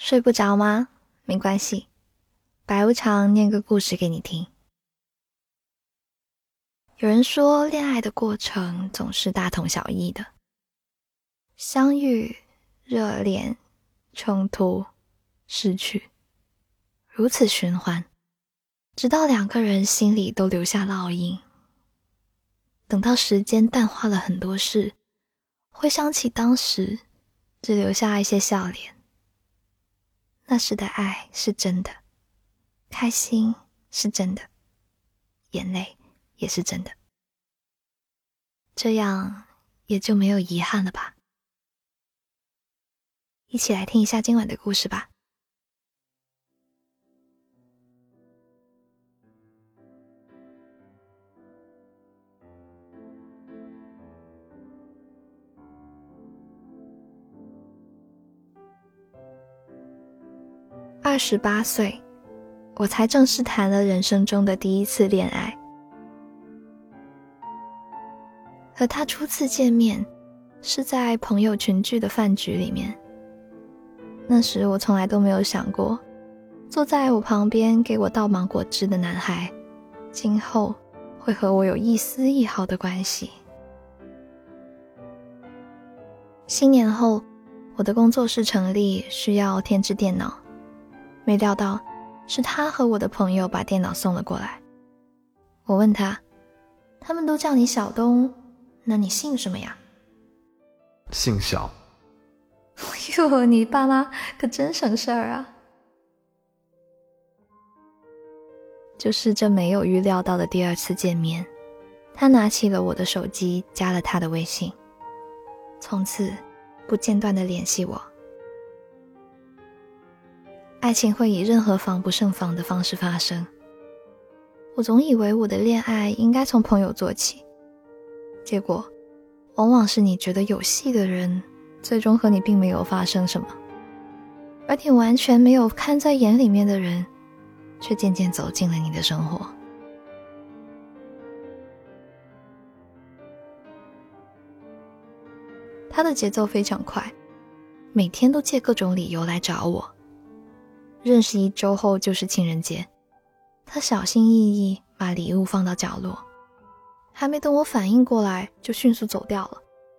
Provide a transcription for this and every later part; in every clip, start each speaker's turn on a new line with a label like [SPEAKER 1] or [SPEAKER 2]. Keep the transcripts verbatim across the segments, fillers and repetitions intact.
[SPEAKER 1] 睡不着吗？没关系，白无常念个故事给你听。有人说，恋爱的过程总是大同小异的，相遇、热恋、冲突、失去，如此循环，直到两个人心里都留下烙印。等到时间淡化了很多事，回想起当时，只留下一些笑脸。那时的爱是真的，开心是真的，眼泪也是真的，这样也就没有遗憾了吧。一起来听一下今晚的故事吧。二十八岁，我才正式谈了人生中的第一次恋爱。和他初次见面是在朋友群聚的饭局里面。那时我从来都没有想过，坐在我旁边给我倒芒果汁的男孩，今后会和我有一丝一毫的关系。新年后，我的工作室成立，需要添置电脑。没料到是他和我的朋友把电脑送了过来。我问他，他们都叫你小东，那你姓什么呀？
[SPEAKER 2] 姓小。
[SPEAKER 1] 哟，你爸妈可真省事儿啊。就是这没有预料到的第二次见面，他拿起了我的手机，加了他的微信，从此不间断地联系我。爱情会以任何防不胜防的方式发生。我总以为我的恋爱应该从朋友做起，结果往往是你觉得有戏的人，最终和你并没有发生什么，而你完全没有看在眼里面的人，却渐渐走进了你的生活。他的节奏非常快，每天都借各种理由来找我。认识一周后就是情人节，他小心翼翼把礼物放到角落，还没等我反应过来就迅速走掉了。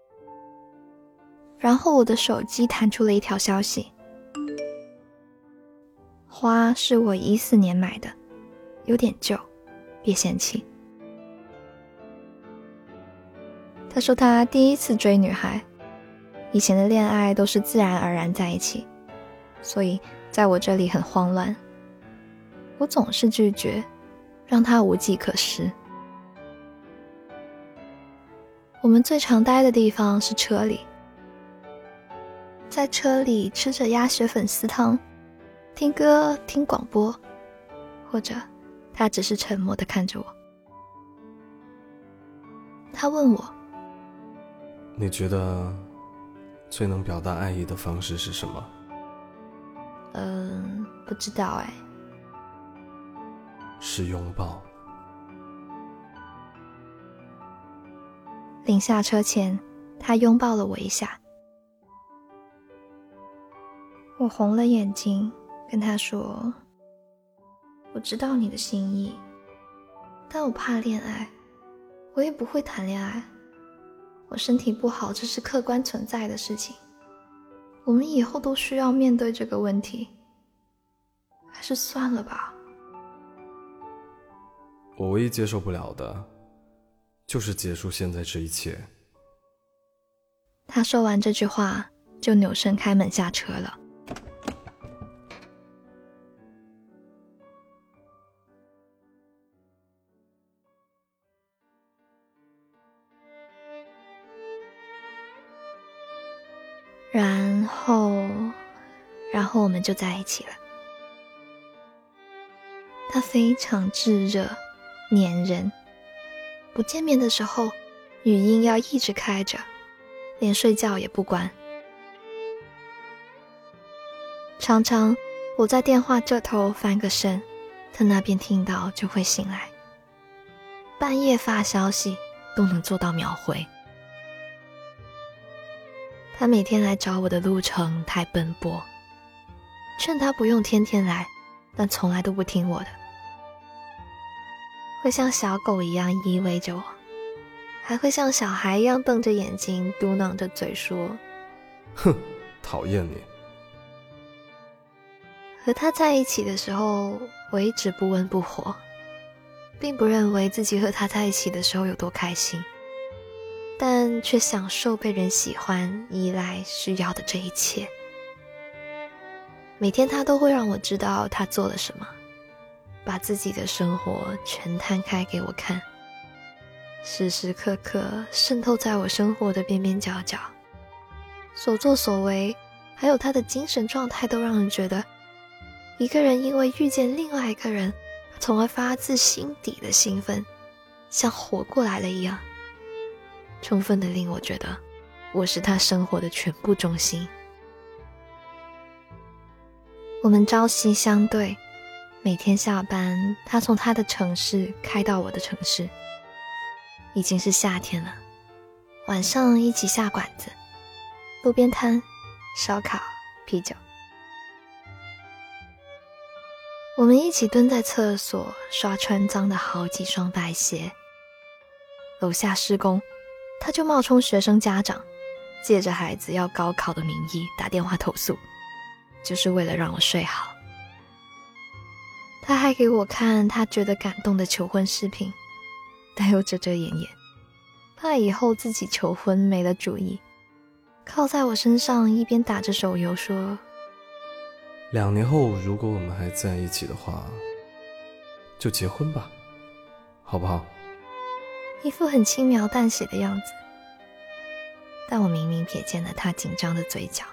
[SPEAKER 1] 然后我的手机弹出了一条消息，花是我一四年买的，有点旧，别嫌弃。他说他第一次追女孩，以前的恋爱都是自然而然在一起，所以在我这里很慌乱，我总是拒绝，让他无计可施。我们最常待的地方是车里，在车里吃着鸭血粉丝汤，听歌听广播，或者他只是沉默地看着我。他问我，
[SPEAKER 2] 你觉得最能表达爱意的方式是什么？
[SPEAKER 1] 嗯，不知道哎。
[SPEAKER 2] 是拥抱。
[SPEAKER 1] 临下车前，他拥抱了我一下。我红了眼睛，跟他说，我知道你的心意，但我怕恋爱，我也不会谈恋爱。我身体不好，这是客观存在的事情，我们以后都需要面对这个问题，还是算了吧。
[SPEAKER 2] 我唯一接受不了的就是结束现在这一切。
[SPEAKER 1] 他说完这句话就扭身开门下车了。然后然后我们就在一起了。他非常炙热黏人，不见面的时候语音要一直开着，连睡觉也不关。常常我在电话这头翻个身，他那边听到就会醒来，半夜发消息都能做到秒回。他每天来找我的路程太奔波， 劝他不用天天来，但从来都不听我的，会像小狗一样依偎着我，还会像小孩一样瞪着眼睛嘟囔着嘴说，
[SPEAKER 2] 哼，讨厌你。
[SPEAKER 1] 和他在一起的时候，我一直不温不火，并不认为自己和他在一起的时候有多开心，但却享受被人喜欢、依赖、需要的这一切。每天他都会让我知道他做了什么，把自己的生活全摊开给我看，时时刻刻渗透在我生活的边边角角，所作所为还有他的精神状态都让人觉得，一个人因为遇见另外一个人，从而发自心底的兴奋，像活过来了一样，充分的令我觉得我是他生活的全部中心。我们朝夕相对，每天下班，他从他的城市开到我的城市。已经是夏天了，晚上一起下馆子，路边摊，烧烤，啤酒。我们一起蹲在厕所刷穿脏的好几双白鞋。楼下施工，他就冒充学生家长，借着孩子要高考的名义打电话投诉，就是为了让我睡好。他还给我看他觉得感动的求婚视频，但又遮遮掩掩，怕以后自己求婚没了主意，靠在我身上一边打着手游说，
[SPEAKER 2] 两年后如果我们还在一起的话，就结婚吧，好不好？
[SPEAKER 1] 一副很轻描淡写的样子，但我明明瞥见了他紧张的嘴角。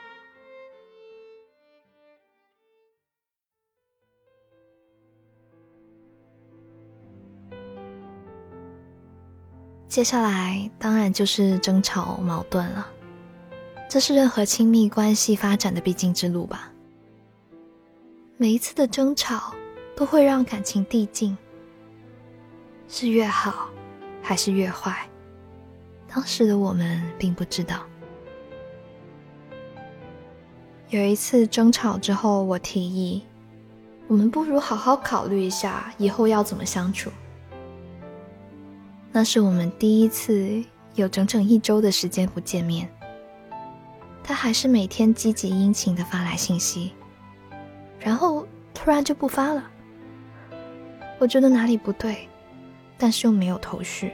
[SPEAKER 1] 接下来当然就是争吵矛盾了，这是任何亲密关系发展的必经之路吧。每一次的争吵都会让感情递进，是越好还是越坏，当时的我们并不知道。有一次争吵之后，我提议我们不如好好考虑一下以后要怎么相处。那是我们第一次有整整一周的时间不见面，他还是每天积极殷勤地发来信息，然后突然就不发了。我觉得哪里不对，但是又没有头绪。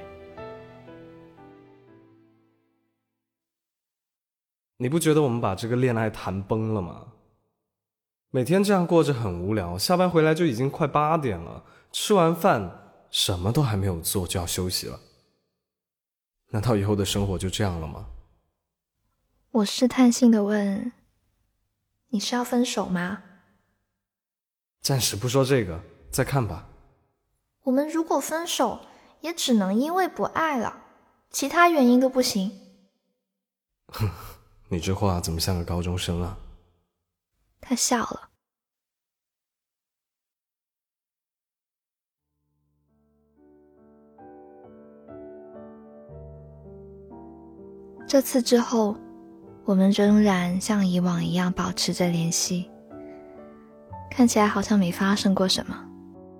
[SPEAKER 2] 你不觉得我们把这个恋爱谈崩了吗？每天这样过着很无聊，下班回来就已经快八点了，吃完饭什么都还没有做就要休息了。难道以后的生活就这样了吗？
[SPEAKER 1] 我试探性地问，你是要分手吗？
[SPEAKER 2] 暂时不说这个，再看吧。
[SPEAKER 1] 我们如果分手，也只能因为不爱了，其他原因都不行。
[SPEAKER 2] 哼，你这话怎么像个高中生啊？
[SPEAKER 1] 他笑了。这次之后，我们仍然像以往一样保持着联系，看起来好像没发生过什么。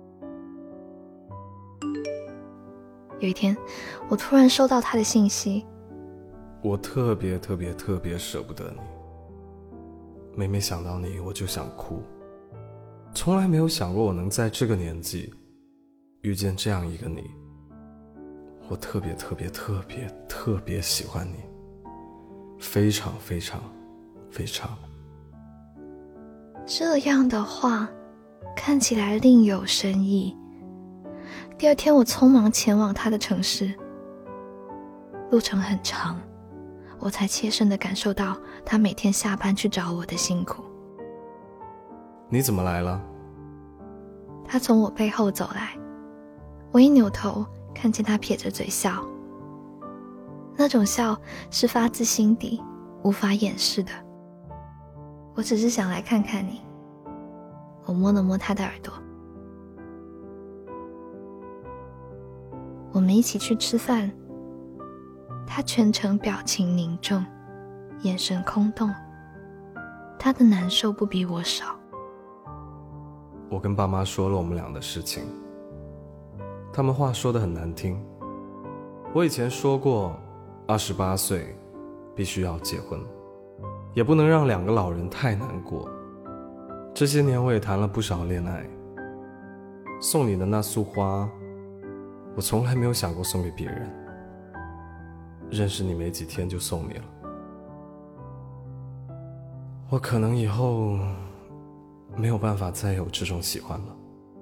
[SPEAKER 1] 有一天，我突然收到他的信息，
[SPEAKER 2] 我特别特别特别舍不得你，每每想到你我就想哭，从来没有想过我能在这个年纪遇见这样一个你，我特别特别特别特别喜欢你，非常非常非常。
[SPEAKER 1] 这样的话看起来另有深意。第二天我匆忙前往他的城市，路程很长，我才切身地感受到他每天下班去找我的辛苦。
[SPEAKER 2] 你怎么来了？
[SPEAKER 1] 他从我背后走来，我一扭头看见他撇着嘴笑，那种笑是发自心底无法掩饰的。我只是想来看看你。我摸了摸他的耳朵。我们一起去吃饭，他全程表情凝重，眼神空洞， 他的难受不比我少。
[SPEAKER 2] 我跟爸妈说了我们俩的事情，他们话说得很难听。我以前说过，二十八岁必须要结婚，也不能让两个老人太难过。这些年我也谈了不少恋爱，送你的那束花，我从来没有想过送给别人。认识你没几天就送你了，我可能以后没有办法再有这种喜欢了。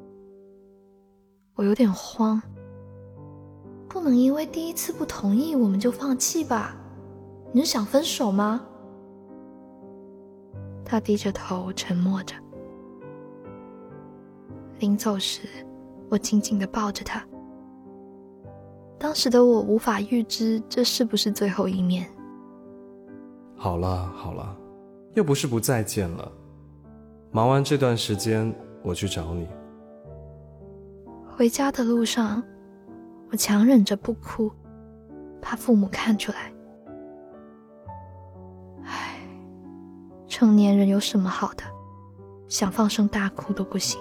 [SPEAKER 1] 我有点慌，不能因为第一次不同意我们就放弃吧？你是想分手吗？他低着头沉默着。临走时，我紧紧地抱着他。当时的我无法预知这是不是最后一面。
[SPEAKER 2] 好了好了，又不是不再见了。忙完这段时间，我去找你。
[SPEAKER 1] 回家的路上，我强忍着不哭，怕父母看出来。唉，成年人有什么好的，想放声大哭都不行。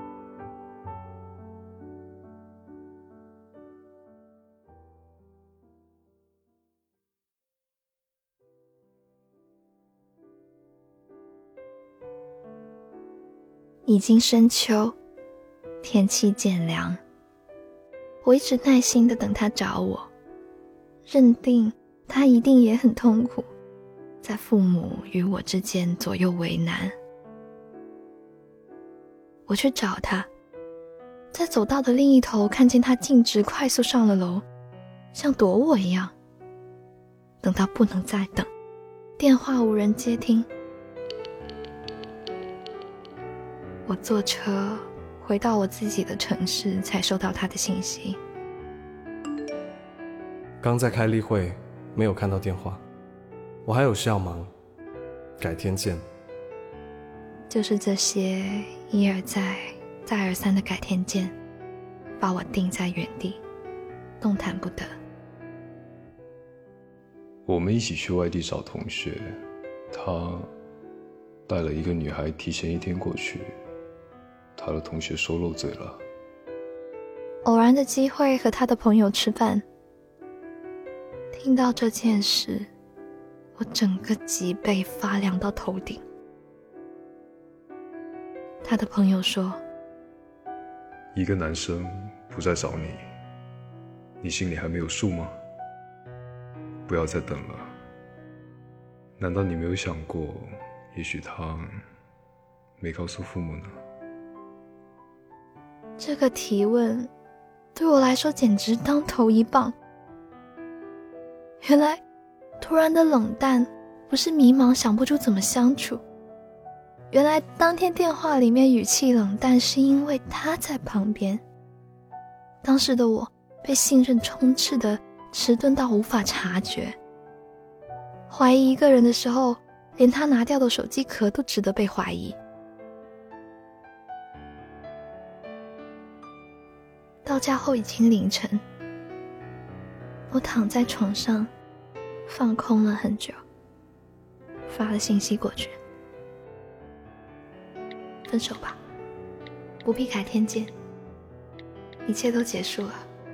[SPEAKER 1] 已经深秋，天气渐凉。我一直耐心地等他找我，认定他一定也很痛苦，在父母与我之间左右为难。我去找他，在走道的另一头看见他径直快速上了楼，像躲我一样。等到不能再等，电话无人接听。我坐车回到我自己的城市，才收到他的信息。
[SPEAKER 2] 刚在开例会，没有看到电话，我还有事要忙，改天见。
[SPEAKER 1] 就是这些一而再再而三的改天见，把我定在原地，动弹不得。
[SPEAKER 3] 我们一起去外地找同学，他带了一个女孩提前一天过去，他的同学说漏嘴了。
[SPEAKER 1] 偶然的机会和他的朋友吃饭，听到这件事，我整个脊背发凉到头顶。他的朋友说，
[SPEAKER 3] 一个男生不再找你，你心里还没有数吗？不要再等了。难道你没有想过，也许他没告诉父母呢？
[SPEAKER 1] 这个提问对我来说简直当头一棒。原来突然的冷淡不是迷茫想不出怎么相处，原来当天电话里面语气冷淡是因为他在旁边。当时的我被信任充斥的迟钝到无法察觉，怀疑一个人的时候，连他拿掉的手机壳都值得被怀疑。到家后已经凌晨，我躺在床上放空了很久，发了信息过去，分手吧，不必改天见，一切都结束了。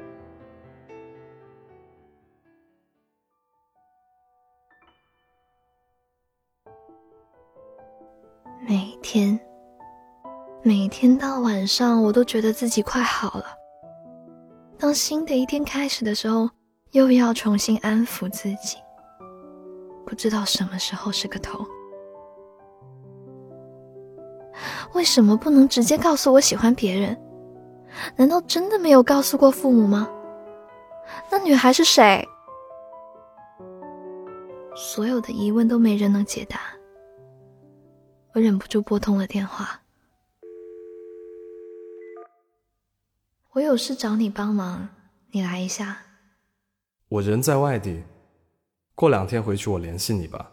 [SPEAKER 1] 每天每天到晚上，我都觉得自己快好了。当新的一天开始的时候，又要重新安抚自己，不知道什么时候是个头。为什么不能直接告诉我喜欢别人？难道真的没有告诉过父母吗？那女孩是谁？所有的疑问都没人能解答。我忍不住拨通了电话。我有事找你帮忙，你来一下。
[SPEAKER 2] 我人在外地，过两天回去我联系你吧。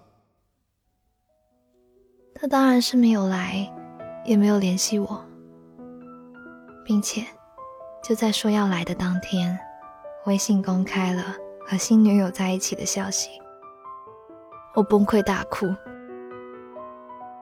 [SPEAKER 1] 他当然是没有来，也没有联系我，并且就在说要来的当天，微信公开了和新女友在一起的消息。我崩溃大哭。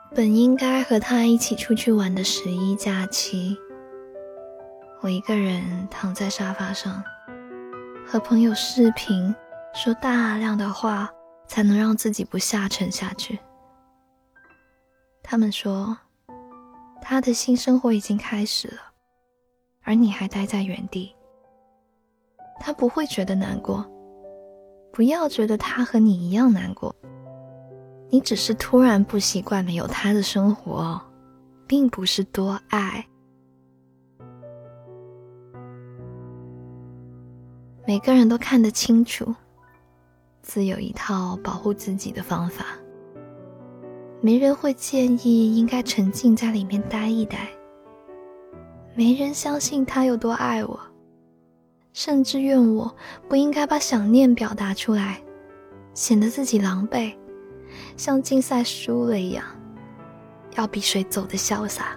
[SPEAKER 1] 本应该和他一起出去玩的十一假期，我一个人躺在沙发上，和朋友视频，说大量的话，才能让自己不下沉下去。他们说，他的新生活已经开始了，而你还待在原地。他不会觉得难过，不要觉得他和你一样难过。你只是突然不习惯没有他的生活，并不是多爱。每个人都看得清楚，自有一套保护自己的方法。没人会建议应该沉浸在里面待一待，没人相信他有多爱我，甚至怨我不应该把想念表达出来，显得自己狼狈，像竞赛输了一样，要比谁走得潇洒。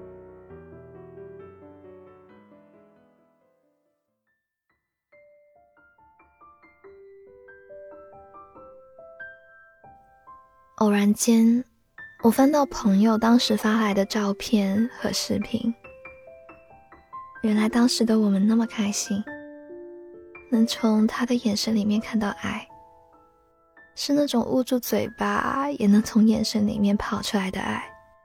[SPEAKER 1] 偶然间，我翻到朋友当时发来的照片和视频，原来当时的我们那么开心，能从他的眼神里面看到爱，是那种捂住嘴巴也能从眼神里面跑出来的爱。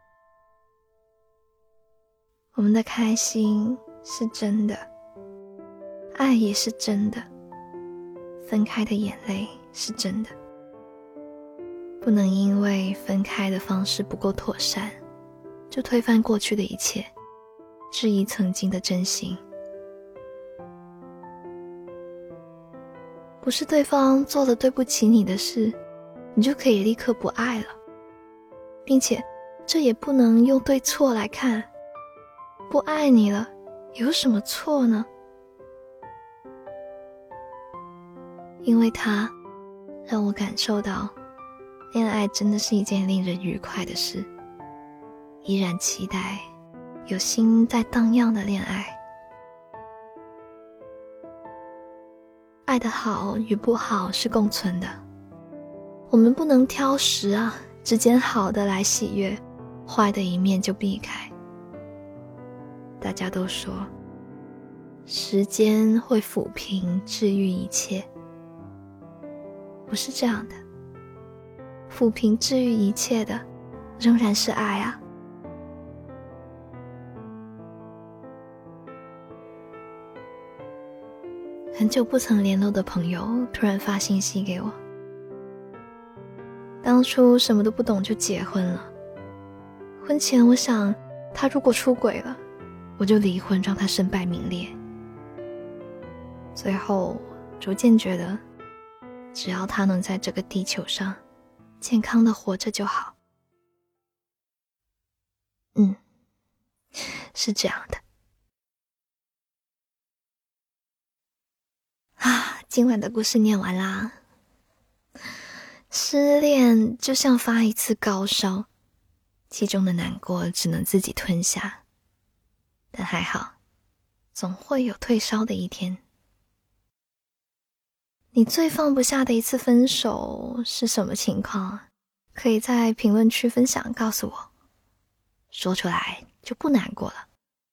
[SPEAKER 1] 我们的开心是真的，爱也是真的，分开的眼泪是真的。不能因为分开的方式不够妥善，就推翻过去的一切，质疑曾经的真心。不是对方做了对不起你的事，你就可以立刻不爱了，并且这也不能用对错来看。不爱你了，有什么错呢？因为他让我感受到恋爱真的是一件令人愉快的事，依然期待有心在荡漾的恋爱。爱的好与不好是共存的，我们不能挑食啊，只捡好的来喜悦，坏的一面就避开。大家都说，时间会抚平治愈一切，不是这样的。抚平治愈一切的仍然是爱啊。很久不曾联络的朋友突然发信息给我，当初什么都不懂就结婚了，婚前我想他如果出轨了，我就离婚让他身败名裂。最后逐渐觉得，只要他能在这个地球上健康的活着就好。嗯，是这样的。啊，今晚的故事念完啦。失恋就像发一次高烧，其中的难过只能自己吞下，但还好，总会有退烧的一天。你最放不下的一次分手是什么情况？可以在评论区分享告诉我，说出来就不难过了。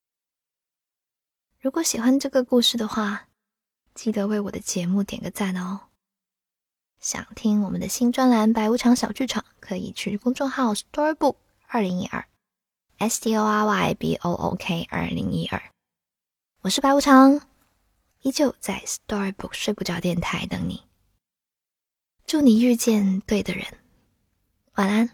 [SPEAKER 1] 如果喜欢这个故事的话，记得为我的节目点个赞哦。想听我们的新专栏白无常小剧场，可以去公众号 Storybook 二零一二 S T O R Y B O O K 二零一二。我是白无常，依旧在 Storybook 睡不着电台等你。祝你遇见对的人，晚安。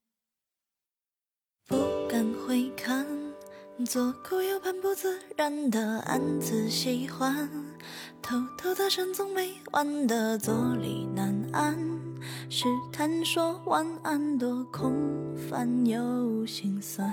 [SPEAKER 4] 不敢回看，左顾右盼不自然的暗自喜欢，偷偷的深总没完的坐立难安，试探说晚安多空泛又心酸，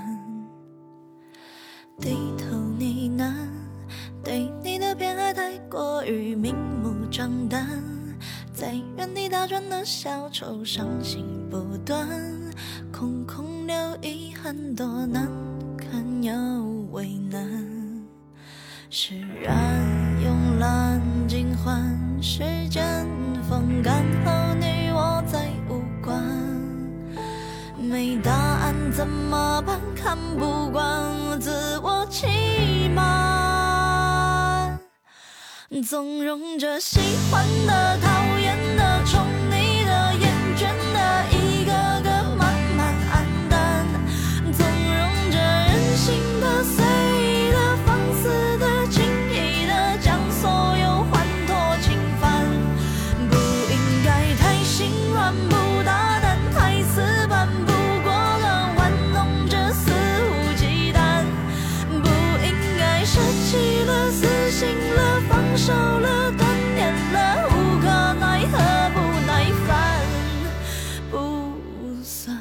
[SPEAKER 4] 低头呢喃，对你的偏爱太过于明目张胆，在原地打转的小丑伤心不断，空空留遗憾多难堪又为难，释然慵懒尽欢，时间风干后你我再无关，没答案怎么办？看不惯自我欺瞒，纵容着喜欢的、讨厌的、宠你的、厌倦的，一个个慢慢黯淡，纵容着任性的、随意的、放肆的、轻易的，将所有欢脱侵犯。不应该太心软，不大胆，太死板，不果断，玩弄着肆无忌惮。不应该舍弃了、死心了、放手了、断念了，无可奈何，不耐烦，不算。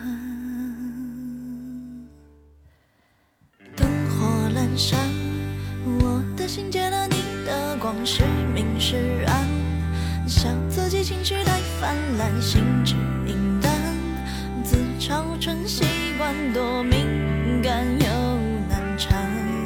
[SPEAKER 4] 灯火阑珊，我的心借了你的光，是明是暗，笑自己情绪太泛滥，心智阴淡，自嘲成习惯，多敏感又难缠。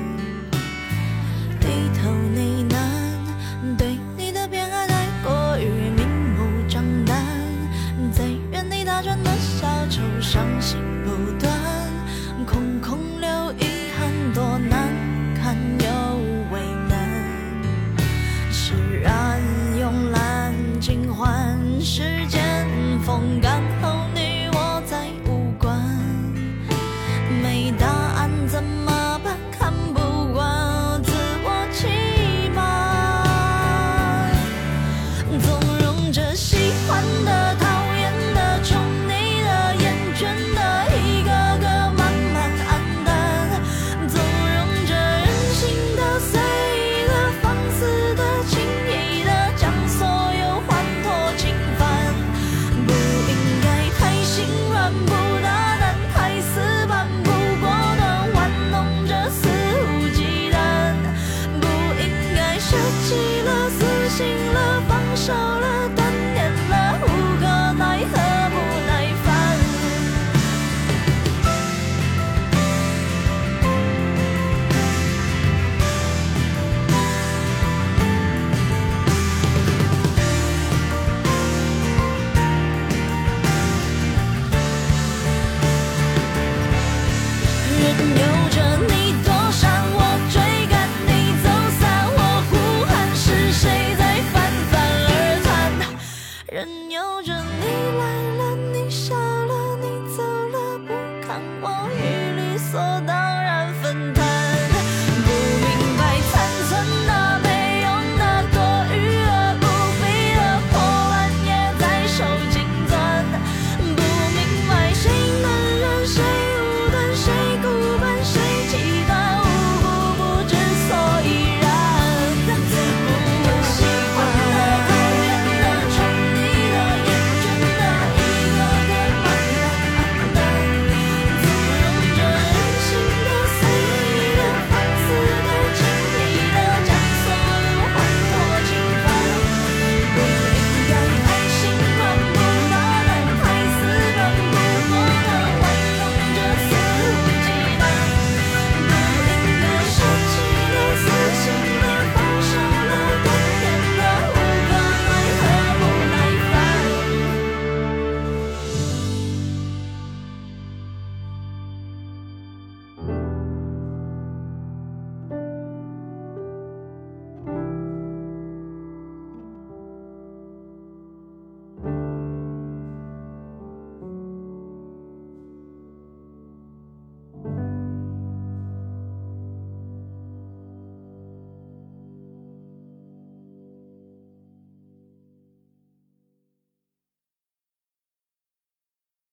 [SPEAKER 4] 低头呢喃，对你的偏爱太过于明目张胆，在原地打转的小丑，伤心不断，空空留遗憾，多难看又为难。释然慵懒尽欢，时间风干后你我再无关。没答案怎么办？看不惯自我欺瞒，纵容着喜欢的、讨厌的、宠你的、厌倦的，一个个慢慢黯淡，纵容着任性的、随意的、放肆的、轻易的，将所有欢脱侵犯。不应该太心软，不大胆，太死板，不果断，玩弄着肆无忌惮。不应该舍弃了、死心了、放手了、断念了，无可奈何，不耐烦。任由着你躲闪，我追赶你走散，我呼喊，是谁在泛泛而谈？任由着你